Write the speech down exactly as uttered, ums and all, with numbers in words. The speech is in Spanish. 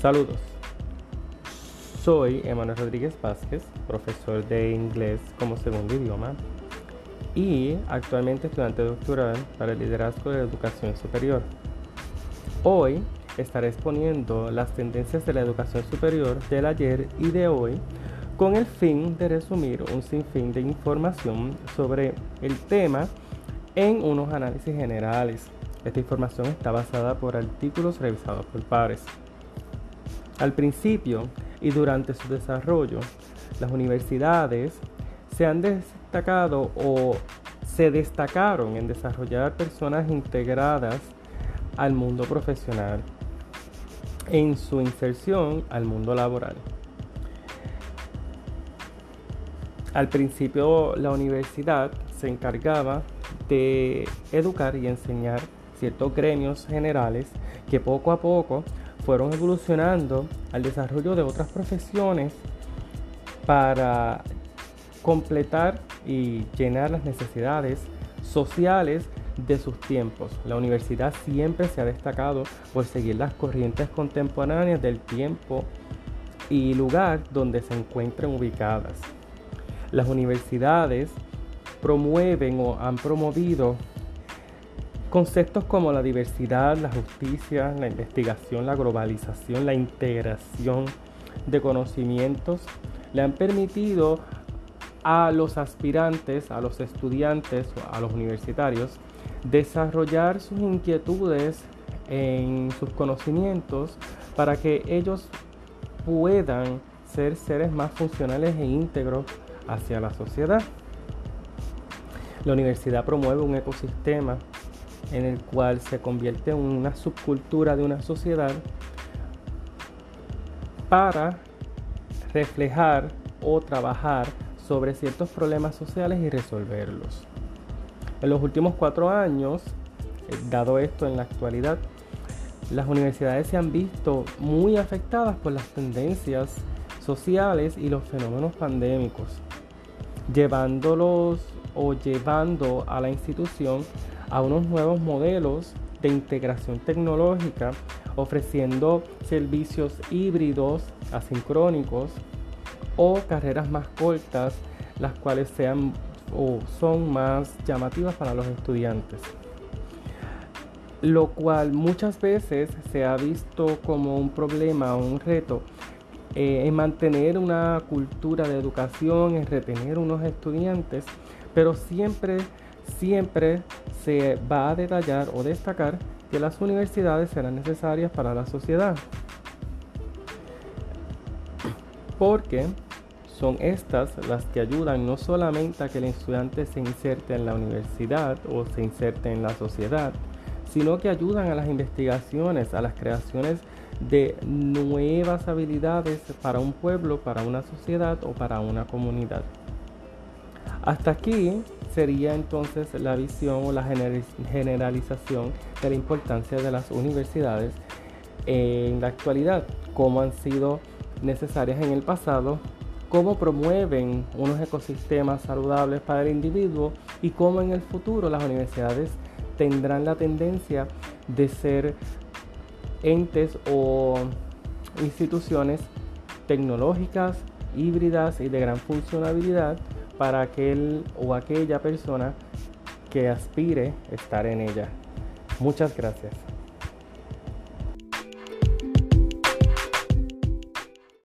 Saludos, soy Emanuel Rodríguez Vázquez, profesor de inglés como segundo idioma y actualmente estudiante doctoral para el liderazgo de la educación superior. Hoy estaré exponiendo las tendencias de la educación superior del ayer y de hoy con el fin de resumir un sinfín de información sobre el tema en unos análisis generales. Esta información está basada por artículos revisados por pares. Al principio y durante su desarrollo, las universidades se han destacado o se destacaron en desarrollar personas integradas al mundo profesional en su inserción al mundo laboral. Al principio, la universidad se encargaba de educar y enseñar ciertos gremios generales que poco a poco fueron evolucionando al desarrollo de otras profesiones para completar y llenar las necesidades sociales de sus tiempos. La universidad siempre se ha destacado por seguir las corrientes contemporáneas del tiempo y lugar donde se encuentran ubicadas. Las universidades promueven o han promovido conceptos como la diversidad, la justicia, la investigación, la globalización, la integración de conocimientos. Le han permitido a los aspirantes, a los estudiantes, a los universitarios, desarrollar sus inquietudes en sus conocimientos para que ellos puedan ser seres más funcionales e íntegros hacia la sociedad. La universidad promueve un ecosistema en el cual se convierte en una subcultura de una sociedad para reflejar o trabajar sobre ciertos problemas sociales y resolverlos. En los últimos cuatro años, dado esto en la actualidad, las universidades se han visto muy afectadas por las tendencias sociales y los fenómenos pandémicos, llevándolos o llevando a la institución a unos nuevos modelos de integración tecnológica, ofreciendo servicios híbridos, asincrónicos o carreras más cortas, las cuales sean o son más llamativas para los estudiantes, lo cual muchas veces se ha visto como un problema o un reto eh, en mantener una cultura de educación, en retener unos estudiantes, pero siempre Siempre se va a detallar o destacar que las universidades serán necesarias para la sociedad, porque son estas las que ayudan no solamente a que el estudiante se inserte en la universidad o se inserte en la sociedad, sino que ayudan a las investigaciones, a las creaciones de nuevas habilidades para un pueblo, para una sociedad o para una comunidad. Hasta aquí sería entonces la visión o la generalización de la importancia de las universidades en la actualidad, cómo han sido necesarias en el pasado, cómo promueven unos ecosistemas saludables para el individuo y cómo en el futuro las universidades tendrán la tendencia de ser entes o instituciones tecnológicas, híbridas y de gran funcionalidad para aquel o aquella persona que aspire estar en ella. Muchas gracias.